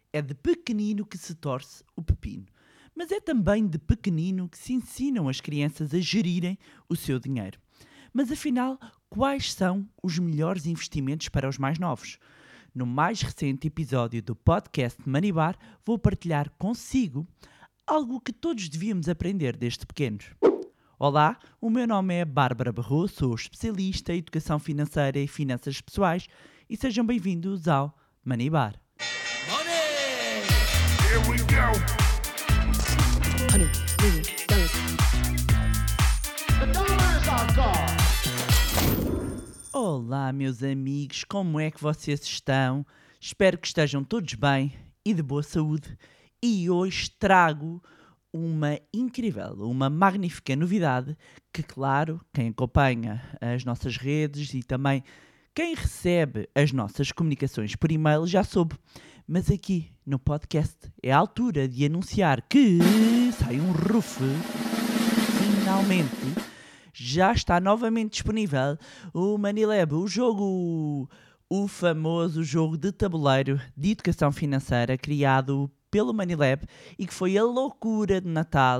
É de pequenino que se torce o pepino. Mas é também de pequenino que se ensinam as crianças a gerirem o seu dinheiro. Mas afinal, quais são os melhores investimentos para os mais novos? No mais recente episódio do podcast Money Bar, vou partilhar consigo algo que todos devíamos aprender desde pequenos. Olá, o meu nome é Bárbara Barroso, sou especialista em educação financeira e finanças pessoais e sejam bem-vindos ao Money Bar. Money! Here we go! $100 million. The dollar is our god! Olá, meus amigos, como é que vocês estão? Espero que estejam todos bem e de boa saúde. E hoje trago uma incrível, uma magnífica novidade que, claro, quem acompanha as nossas redes e também quem recebe as nossas comunicações por e-mail já soube. Mas aqui no podcast é a altura de anunciar que sai um roof. Finalmente já está novamente disponível o Manilab, o famoso jogo de tabuleiro de educação financeira criado pelo Manilab e que foi a loucura de Natal.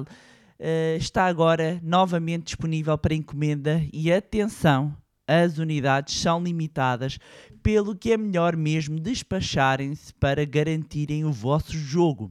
Está agora novamente disponível para encomenda e atenção, as unidades são limitadas, pelo que é melhor mesmo despacharem-se para garantirem o vosso jogo.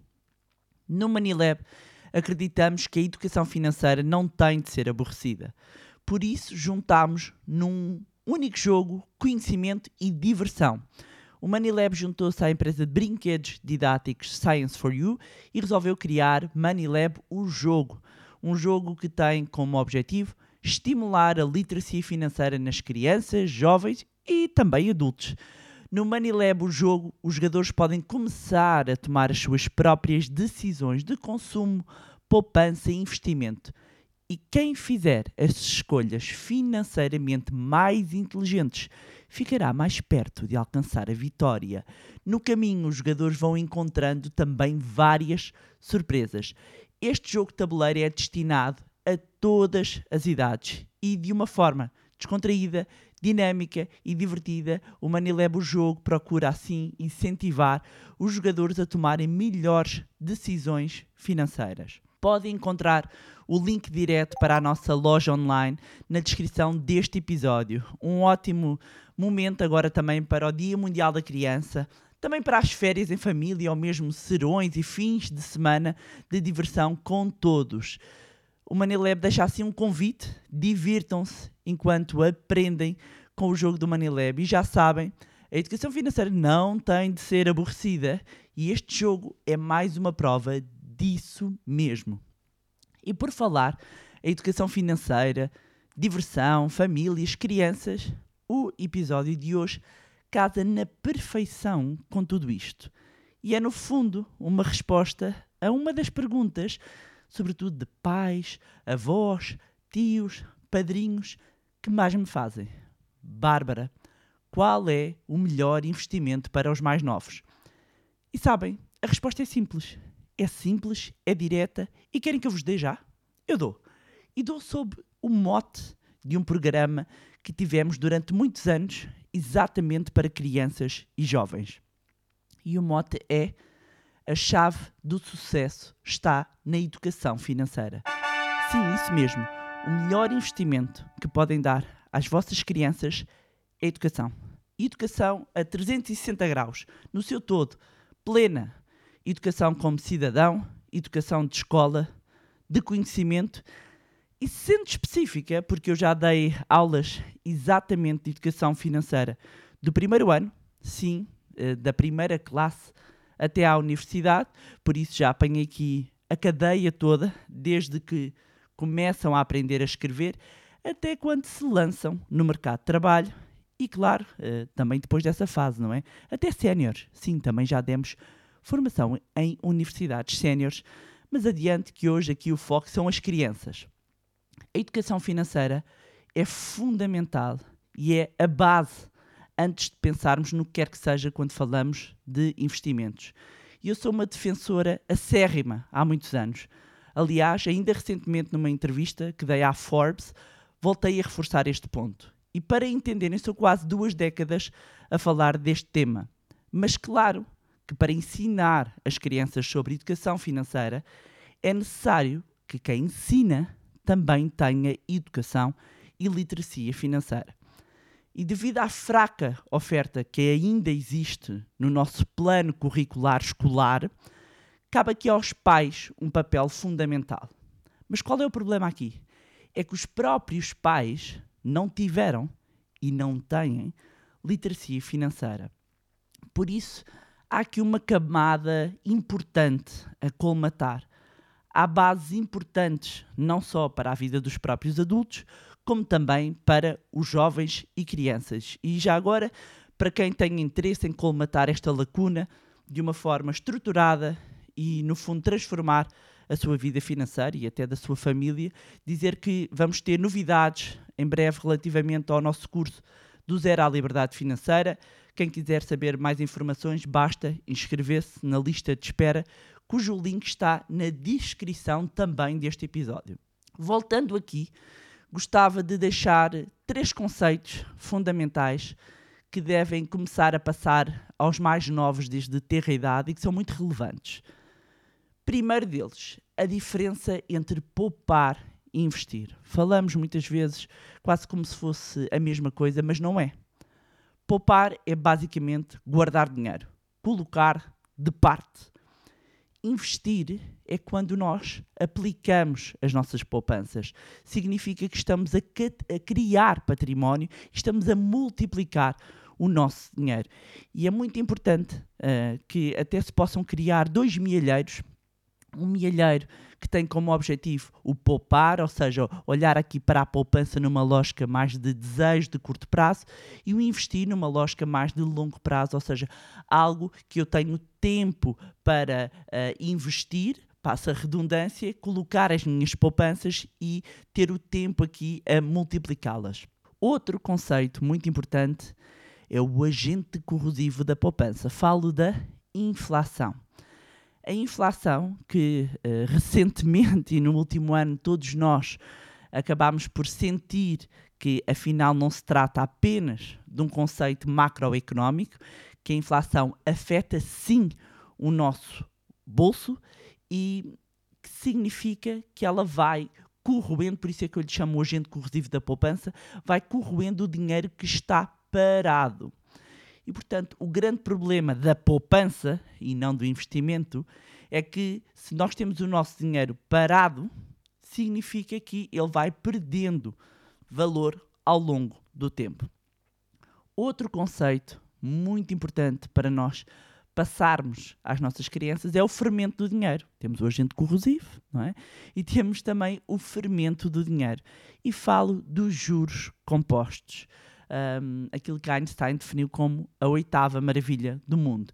No Manilab acreditamos que a educação financeira não tem de ser aborrecida. Por isso juntámos num único jogo conhecimento e diversão. O Manilab juntou-se à empresa de brinquedos didáticos Science for You e resolveu criar Manilab o jogo. Um jogo que tem como objetivo estimular a literacia financeira nas crianças, jovens e também adultos. No Manilab o jogo, os jogadores podem começar a tomar as suas próprias decisões de consumo, poupança e investimento. E quem fizer as escolhas financeiramente mais inteligentes ficará mais perto de alcançar a vitória. No caminho, os jogadores vão encontrando também várias surpresas. Este jogo de tabuleiro é destinado a todas as idades e de uma forma descontraída, dinâmica e divertida. O Manilab o jogo procura assim incentivar os jogadores a tomarem melhores decisões financeiras. Podem encontrar o link direto para a nossa loja online na descrição deste episódio. Um ótimo momento agora também para o Dia Mundial da Criança, também para as férias em família ou mesmo serões e fins de semana de diversão com todos. O Manilab deixa assim um convite, divirtam-se enquanto aprendem com o jogo do Manilab. E já sabem, a educação financeira não tem de ser aborrecida e este jogo é mais uma prova disso mesmo. E por falar em educação financeira, diversão, famílias, crianças, o episódio de hoje casa na perfeição com tudo isto. E é no fundo uma resposta a uma das perguntas, sobretudo de pais, avós, tios, padrinhos, que mais me fazem. Bárbara, qual é o melhor investimento para os mais novos? E sabem, a resposta é simples. É simples, é direta e querem que eu vos dê já? Eu dou. E dou sob o mote de um programa que tivemos durante muitos anos, exatamente para crianças e jovens. E o mote é: a chave do sucesso está na educação financeira. Sim, isso mesmo. O melhor investimento que podem dar às vossas crianças é a educação. Educação a 360 graus, no seu todo, plena. Educação como cidadão, educação de escola, de conhecimento e sendo específica, porque eu já dei aulas exatamente de educação financeira do primeiro ano, sim, da primeira classe até à universidade, por isso já apanhei aqui a cadeia toda, desde que começam a aprender a escrever até quando se lançam no mercado de trabalho e, claro, também depois dessa fase, não é? Até séniores, sim, também já demos formação em universidades séniores, mas adiante que hoje aqui o foco são as crianças. A educação financeira é fundamental e é a base antes de pensarmos no que quer que seja quando falamos de investimentos. E eu sou uma defensora acérrima há muitos anos. Aliás, ainda recentemente numa entrevista que dei à Forbes, voltei a reforçar este ponto. E para entenderem, sou quase 2 décadas a falar deste tema. Mas claro que para ensinar as crianças sobre educação financeira é necessário que quem ensina também tenha educação e literacia financeira. E devido à fraca oferta que ainda existe no nosso plano curricular escolar, cabe aqui aos pais um papel fundamental. Mas qual é o problema aqui? É que os próprios pais não tiveram e não têm literacia financeira. Por isso, há aqui uma camada importante a colmatar. Há bases importantes não só para a vida dos próprios adultos, como também para os jovens e crianças. E já agora, para quem tem interesse em colmatar esta lacuna de uma forma estruturada e, no fundo, transformar a sua vida financeira e até da sua família, dizer que vamos ter novidades em breve relativamente ao nosso curso do Zero à Liberdade Financeira. Quem quiser saber mais informações, basta inscrever-se na lista de espera, cujo link está na descrição também deste episódio. Voltando aqui, gostava de deixar 3 conceitos fundamentais que devem começar a passar aos mais novos desde tenra idade e que são muito relevantes. Primeiro deles, a diferença entre poupar e investir. Falamos muitas vezes quase como se fosse a mesma coisa, mas não é. Poupar é basicamente guardar dinheiro, colocar de parte. Investir é quando nós aplicamos as nossas poupanças. Significa que estamos a criar património, estamos a multiplicar o nosso dinheiro. E é muito importante que até se possam criar 2 mielheiros. Um mielheiro que tem como objetivo o poupar, ou seja, olhar aqui para a poupança numa lógica mais de desejo de curto prazo, e o investir numa lógica mais de longo prazo, ou seja, algo que eu tenho tempo para investir, passa a redundância, colocar as minhas poupanças e ter o tempo aqui a multiplicá-las. Outro conceito muito importante é o agente corrosivo da poupança. Falo da inflação. A inflação que recentemente e no último ano todos nós acabámos por sentir que afinal não se trata apenas de um conceito macroeconómico, que a inflação afeta sim o nosso bolso e que significa que ela vai corroendo, por isso é que eu lhe chamo o agente corrosivo da poupança, vai corroendo o dinheiro que está parado. E, portanto, o grande problema da poupança, e não do investimento, é que se nós temos o nosso dinheiro parado, significa que ele vai perdendo valor ao longo do tempo. Outro conceito muito importante para nós passarmos às nossas crianças é o fermento do dinheiro. Temos o agente corrosivo, não é? E temos também o fermento do dinheiro. E falo dos juros compostos. Aquilo que Einstein definiu como a 8ª maravilha do mundo.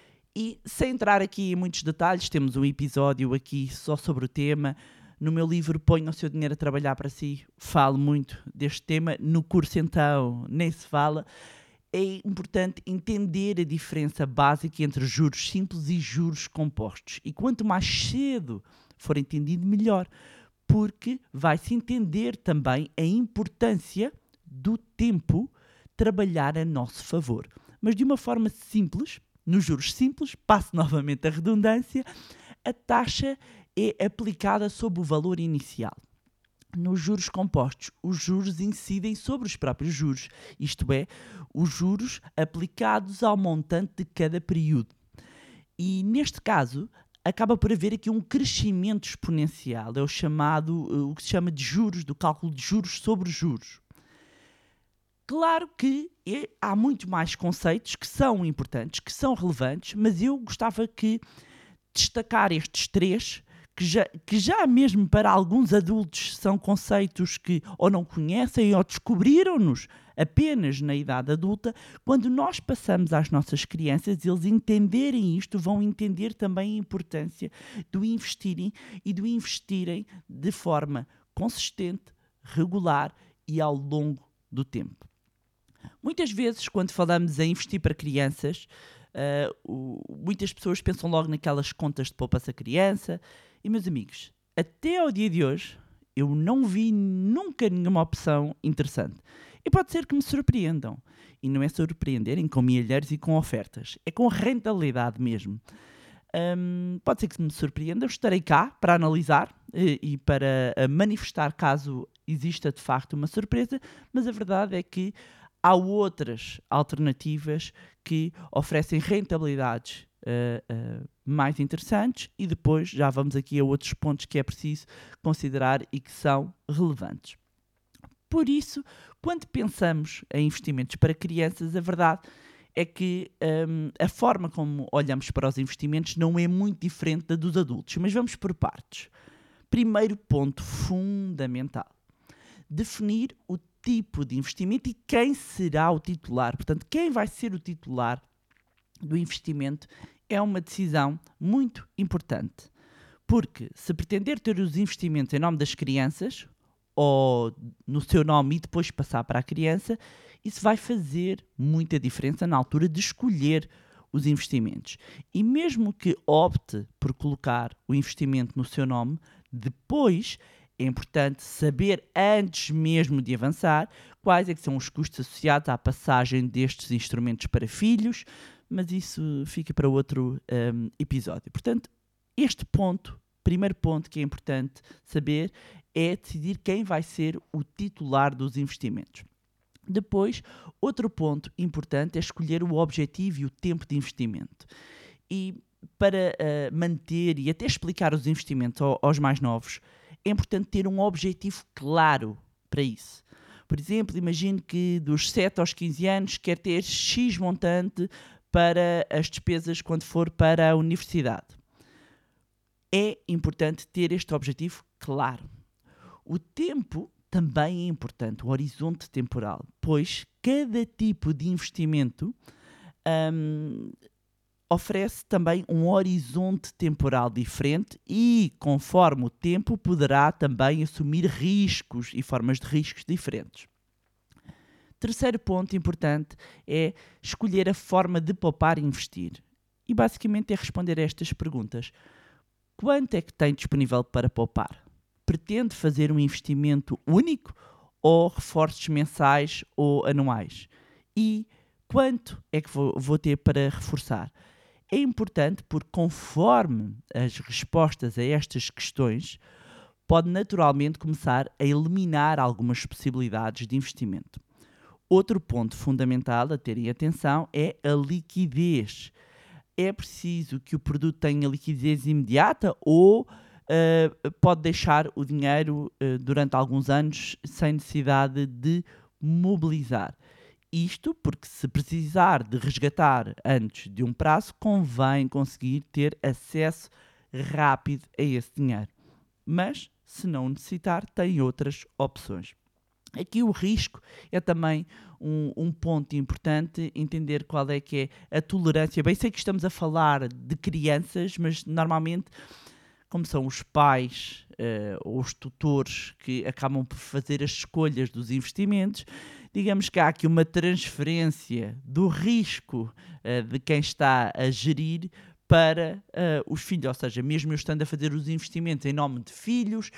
E sem entrar aqui em muitos detalhes, temos um episódio aqui só sobre o tema. No meu livro Ponha o Seu Dinheiro a Trabalhar para Si, falo muito deste tema. No curso então nem se fala. É importante entender a diferença básica entre juros simples e juros compostos. E quanto mais cedo for entendido, melhor. Porque vai-se entender também a importância do tempo trabalhar a nosso favor. Mas de uma forma simples, nos juros simples, passo novamente a redundância, a taxa é aplicada sobre o valor inicial. Nos juros compostos, os juros incidem sobre os próprios juros, isto é, os juros aplicados ao montante de cada período. E neste caso, acaba por haver aqui um crescimento exponencial, é o que se chama de juros, do cálculo de juros sobre juros. Claro que há muito mais conceitos que são importantes, que são relevantes, mas eu gostava que destacar estes 3, que já mesmo para alguns adultos são conceitos que ou não conhecem ou descobriram-nos apenas na idade adulta. Quando nós passamos às nossas crianças, eles entenderem isto, vão entender também a importância do investirem e do investirem de forma consistente, regular e ao longo do tempo. Muitas vezes, quando falamos em investir para crianças, muitas pessoas pensam logo naquelas contas de poupança criança. E, meus amigos, até ao dia de hoje, eu não vi nunca nenhuma opção interessante. E pode ser que me surpreendam. E não é surpreenderem com milhares e com ofertas. É com rentabilidade mesmo. Pode ser que me surpreenda. Eu estarei cá para analisar e para manifestar caso exista de facto uma surpresa. Mas a verdade é que há outras alternativas que oferecem rentabilidades mais interessantes e depois já vamos aqui a outros pontos que é preciso considerar e que são relevantes. Por isso, quando pensamos em investimentos para crianças, a verdade é que a forma como olhamos para os investimentos não é muito diferente da dos adultos, mas vamos por partes. Primeiro ponto fundamental: definir o tipo de investimento e quem será o titular. Portanto, quem vai ser o titular do investimento é uma decisão muito importante. Porque se pretender ter os investimentos em nome das crianças ou no seu nome e depois passar para a criança, isso vai fazer muita diferença na altura de escolher os investimentos. E mesmo que opte por colocar o investimento no seu nome, depois é importante saber, antes mesmo de avançar, quais é que são os custos associados à passagem destes instrumentos para filhos, mas isso fica para outro episódio. Portanto, este ponto, primeiro ponto que é importante saber, é decidir quem vai ser o titular dos investimentos. Depois, outro ponto importante é escolher o objetivo e o tempo de investimento. E para manter e até explicar os investimentos aos mais novos, é importante ter um objetivo claro para isso. Por exemplo, imagine que dos 7 aos 15 anos quer ter X montante para as despesas quando for para a universidade. É importante ter este objetivo claro. O tempo também é importante, o horizonte temporal, pois cada tipo de investimento oferece também um horizonte temporal diferente e, conforme o tempo, poderá também assumir riscos e formas de riscos diferentes. Terceiro ponto importante é escolher a forma de poupar e investir. E basicamente é responder a estas perguntas. Quanto é que tem disponível para poupar? Pretende fazer um investimento único ou reforços mensais ou anuais? E quanto é que vou ter para reforçar? É importante porque, conforme as respostas a estas questões, pode naturalmente começar a eliminar algumas possibilidades de investimento. Outro ponto fundamental a terem atenção é a liquidez. É preciso que o produto tenha liquidez imediata ou pode deixar o dinheiro durante alguns anos sem necessidade de mobilizar. Isto porque, se precisar de resgatar antes de um prazo, convém conseguir ter acesso rápido a esse dinheiro. Mas, se não necessitar, tem outras opções. Aqui o risco é também um ponto importante, entender qual é que é a tolerância. Bem, sei que estamos a falar de crianças, mas normalmente, como são os pais ou os tutores que acabam por fazer as escolhas dos investimentos, digamos que há aqui uma transferência do risco de quem está a gerir para os filhos, ou seja, mesmo eu estando a fazer os investimentos em nome de filhos,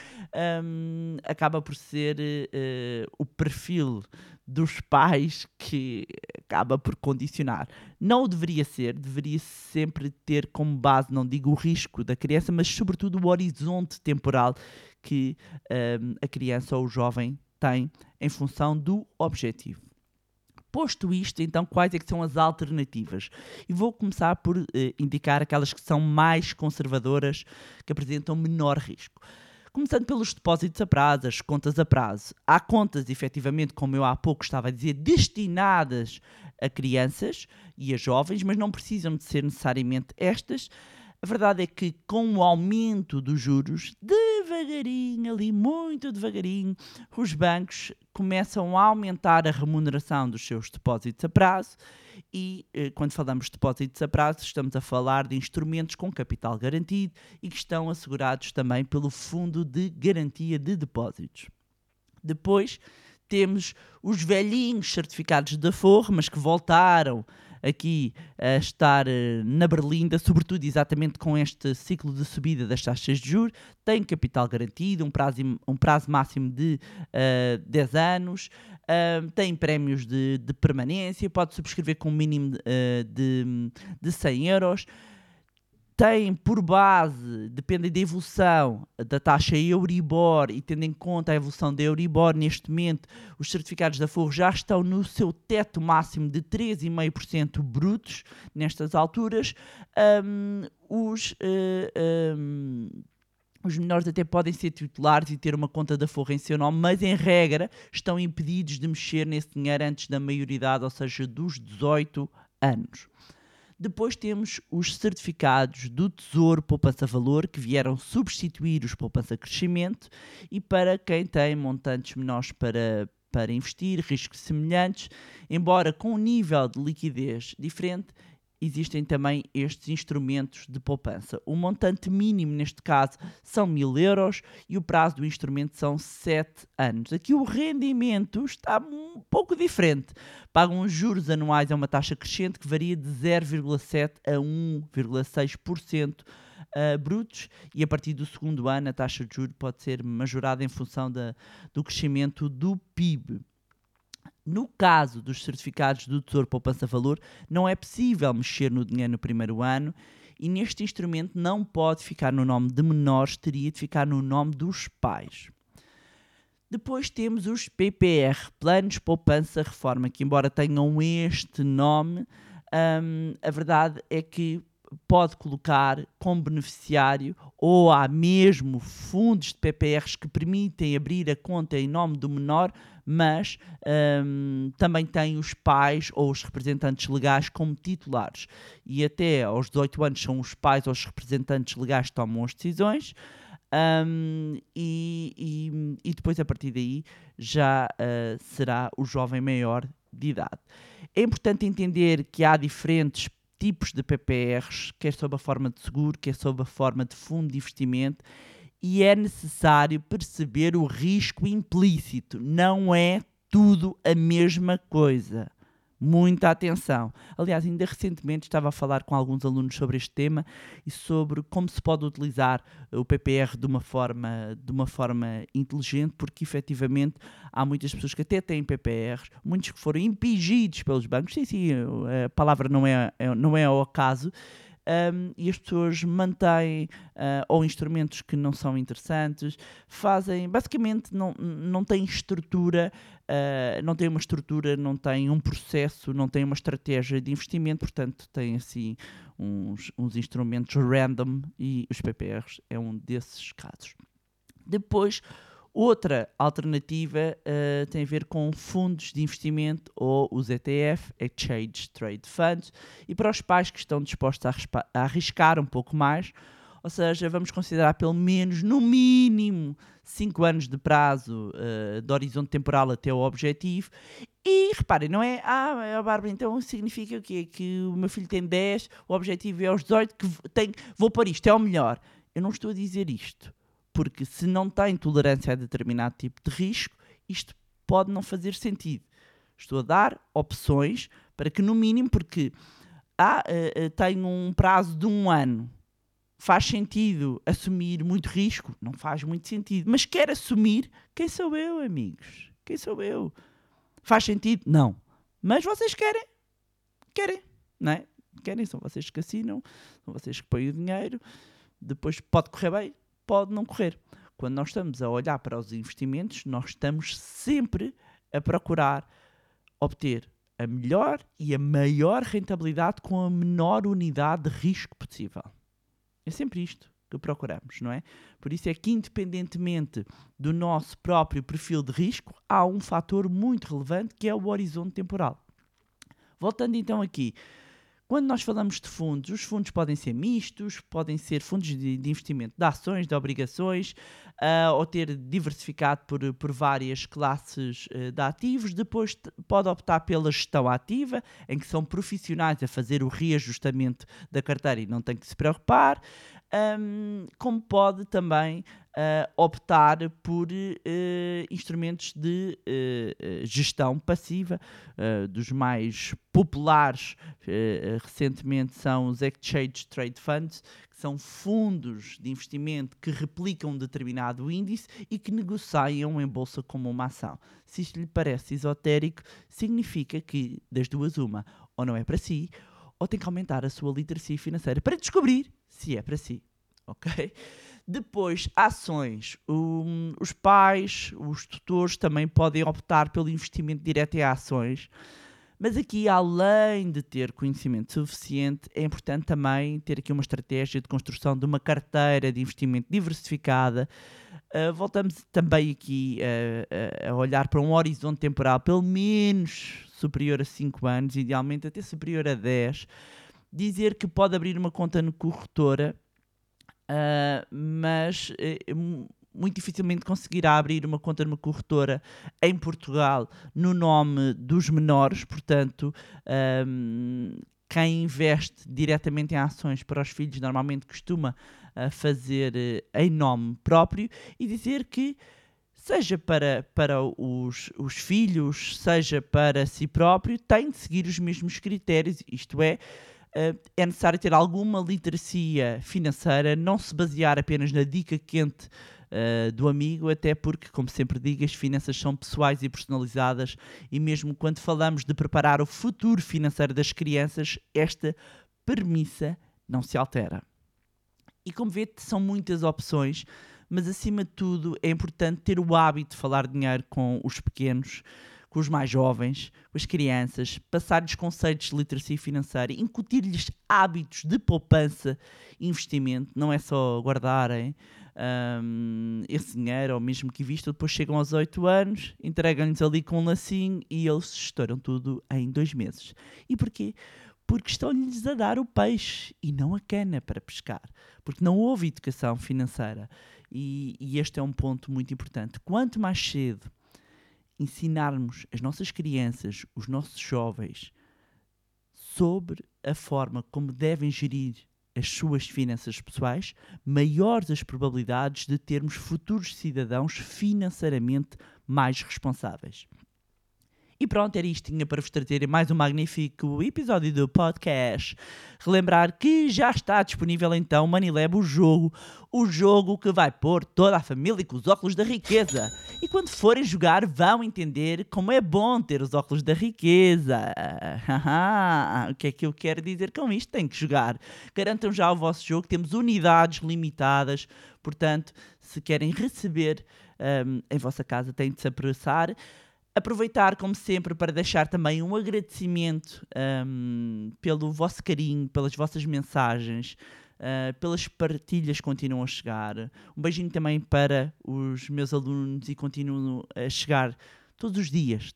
acaba por ser o perfil dos pais que acaba por condicionar. Não o deveria ser, deveria sempre ter como base, não digo o risco da criança, mas sobretudo o horizonte temporal que a criança ou o jovem tem em função do objetivo. Posto isto, então, quais é que são as alternativas? E vou começar por indicar aquelas que são mais conservadoras, que apresentam menor risco. Começando pelos depósitos a prazo, as contas a prazo. Há contas, efetivamente, como eu há pouco estava a dizer, destinadas a crianças e a jovens, mas não precisam de ser necessariamente estas. A verdade é que, com o aumento dos juros, devagarinho, ali muito devagarinho, os bancos começam a aumentar a remuneração dos seus depósitos a prazo e, quando falamos de depósitos a prazo, estamos a falar de instrumentos com capital garantido e que estão assegurados também pelo Fundo de Garantia de Depósitos. Depois temos os velhinhos certificados de aforro, mas que voltaram aqui a estar na berlinda, sobretudo exatamente com este ciclo de subida das taxas de juros. Tem capital garantido, um prazo máximo de 10 anos, tem prémios de permanência, pode subscrever com um mínimo de 100 euros. Tem por base, depende da evolução da taxa Euribor e tendo em conta a evolução da Euribor, neste momento os certificados da Forro já estão no seu teto máximo de 3,5% brutos nestas alturas. Os menores até podem ser titulares e ter uma conta da Forro em seu nome, mas em regra estão impedidos de mexer nesse dinheiro antes da maioridade, ou seja, dos 18 anos. Depois temos os certificados do Tesouro Poupança-Valor, que vieram substituir os Poupança-Crescimento, e para quem tem montantes menores para investir, riscos semelhantes, embora com um nível de liquidez diferente, existem também estes instrumentos de poupança. O montante mínimo, neste caso, são 1.000 euros e o prazo do instrumento são 7 anos. Aqui o rendimento está um pouco diferente. Pagam juros anuais a uma taxa crescente que varia de 0,7% a 1,6% brutos, e a partir do segundo ano a taxa de juros pode ser majorada em função do crescimento do PIB. No caso dos certificados do Tesouro Poupança-Valor, não é possível mexer no dinheiro no primeiro ano e neste instrumento não pode ficar no nome de menores, teria de ficar no nome dos pais. Depois temos os PPR, Planos Poupança Reforma, que embora tenham este nome, a verdade é que pode colocar como beneficiário ou há mesmo fundos de PPRs que permitem abrir a conta em nome do menor, mas também tem os pais ou os representantes legais como titulares. E até aos 18 anos são os pais ou os representantes legais que tomam as decisões. E depois a partir daí já será o jovem maior de idade. É importante entender que há diferentes tipos de PPRs, quer sob a forma de seguro, quer sob a forma de fundo de investimento, e é necessário perceber o risco implícito. Não é tudo a mesma coisa. Muita atenção. Aliás, ainda recentemente estava a falar com alguns alunos sobre este tema e sobre como se pode utilizar o PPR de uma forma inteligente, porque efetivamente há muitas pessoas que até têm PPRs, muitos que foram impingidos pelos bancos, sim, a palavra não é ao acaso, e as pessoas mantêm ou instrumentos que não são interessantes, basicamente não têm estrutura, não têm uma estrutura, não têm um processo, não têm uma estratégia de investimento, portanto têm assim uns instrumentos random e os PPRs é um desses casos. Depois, outra alternativa tem a ver com fundos de investimento ou os ETF, Exchange Trade Funds, e para os pais que estão dispostos a arriscar um pouco mais, ou seja, vamos considerar pelo menos, no mínimo, 5 anos de prazo de horizonte temporal até o objetivo. E reparem, não é, Bárbara, então significa o quê? Que o meu filho tem 10, o objetivo é aos 18, vou pôr isto, é o melhor. Eu não estou a dizer isto. Porque se não tem tolerância a determinado tipo de risco, isto pode não fazer sentido. Estou a dar opções para que, no mínimo, porque tenho um prazo de 1 ano, faz sentido assumir muito risco? Não faz muito sentido. Mas quer assumir? Quem sou eu, amigos? Quem sou eu? Faz sentido? Não. Mas vocês querem? Querem, não é? Querem, são vocês que assinam, são vocês que põem o dinheiro, depois pode correr bem, pode não correr. Quando nós estamos a olhar para os investimentos, nós estamos sempre a procurar obter a melhor e a maior rentabilidade com a menor unidade de risco possível. É sempre isto que procuramos, não é? Por isso é que, independentemente do nosso próprio perfil de risco, há um fator muito relevante que é o horizonte temporal. Voltando então aqui, quando nós falamos de fundos, os fundos podem ser mistos, podem ser fundos de investimento de ações, de obrigações, ou ter diversificado por várias classes de ativos. Depois pode optar pela gestão ativa, em que são profissionais a fazer o reajustamento da carteira e não tem que se preocupar. Como pode também optar por instrumentos de gestão passiva. Dos mais populares recentemente são os Exchange Trade Funds, que são fundos de investimento que replicam um determinado índice e que negociam em bolsa como uma ação. Se isto lhe parece esotérico, significa que, das duas uma, ou não é para si, ou tem que aumentar a sua literacia financeira para descobrir se é para si. Ok? Depois, ações. Os pais, os tutores também podem optar pelo investimento direto em ações. Mas aqui, além de ter conhecimento suficiente, é importante também ter aqui uma estratégia de construção de uma carteira de investimento diversificada. Voltamos também aqui a olhar para um horizonte temporal pelo menos superior a 5 anos, idealmente até superior a 10. Dizer que pode abrir uma conta no corretora, mas muito dificilmente conseguirá abrir uma conta numa corretora em Portugal no nome dos menores. Portanto, quem investe diretamente em ações para os filhos normalmente costuma fazer em nome próprio, e dizer que seja para os filhos, seja para si próprio, tem de seguir os mesmos critérios, isto é necessário ter alguma literacia financeira, não se basear apenas na dica quente do amigo, até porque, como sempre digo, as finanças são pessoais e personalizadas, e mesmo quando falamos de preparar o futuro financeiro das crianças, esta premissa não se altera. E como vê, são muitas opções, mas acima de tudo é importante ter o hábito de falar de dinheiro com os pequenos, com os mais jovens, com as crianças, passar-lhes conceitos de literacia financeira, incutir-lhes hábitos de poupança e investimento. Não é só guardarem esse dinheiro, ou mesmo que investam, depois chegam aos 8 anos, entregam-lhes ali com um lacinho e eles estouram tudo em 2 meses. E porquê? Porque estão-lhes a dar o peixe e não a cana para pescar. Porque não houve educação financeira. E este é um ponto muito importante. Quanto mais cedo ensinarmos as nossas crianças, os nossos jovens, sobre a forma como devem gerir as suas finanças pessoais, maiores as probabilidades de termos futuros cidadãos financeiramente mais responsáveis. E pronto, era isto, tinha para vos trazer mais um magnífico episódio do podcast. Relembrar que já está disponível então Moneylab, o jogo que vai pôr toda a família com os óculos da riqueza. E quando forem jogar vão entender como é bom ter os óculos da riqueza. O que é que eu quero dizer com isto? Tem que jogar. Garantam já o vosso jogo, temos unidades limitadas, portanto, se querem receber em vossa casa, têm de se apressar. Aproveitar, como sempre, para deixar também um agradecimento pelo vosso carinho, pelas vossas mensagens, pelas partilhas que continuam a chegar. Um beijinho também para os meus alunos, e continuam a chegar todos os dias,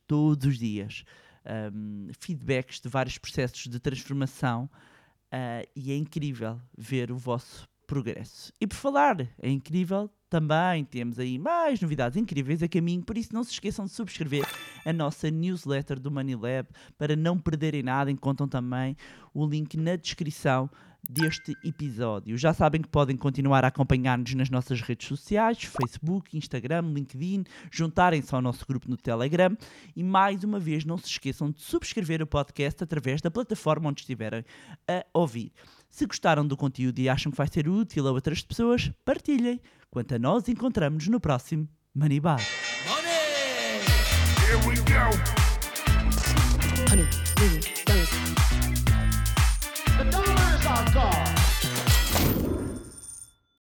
feedbacks de vários processos de transformação, e é incrível ver o vosso progresso. E por falar, é incrível, também temos aí mais novidades incríveis a caminho, por isso não se esqueçam de subscrever a nossa newsletter do Moneylab para não perderem nada. Encontram também o link na descrição deste episódio. Já sabem que podem continuar a acompanhar-nos nas nossas redes sociais, Facebook, Instagram, LinkedIn, juntarem-se ao nosso grupo no Telegram, e mais uma vez não se esqueçam de subscrever o podcast através da plataforma onde estiverem a ouvir. Se gostaram do conteúdo e acham que vai ser útil a outras pessoas, partilhem. Quanto a nós, encontramos-nos no próximo Moneybar. Money! Here we go! Honey, baby.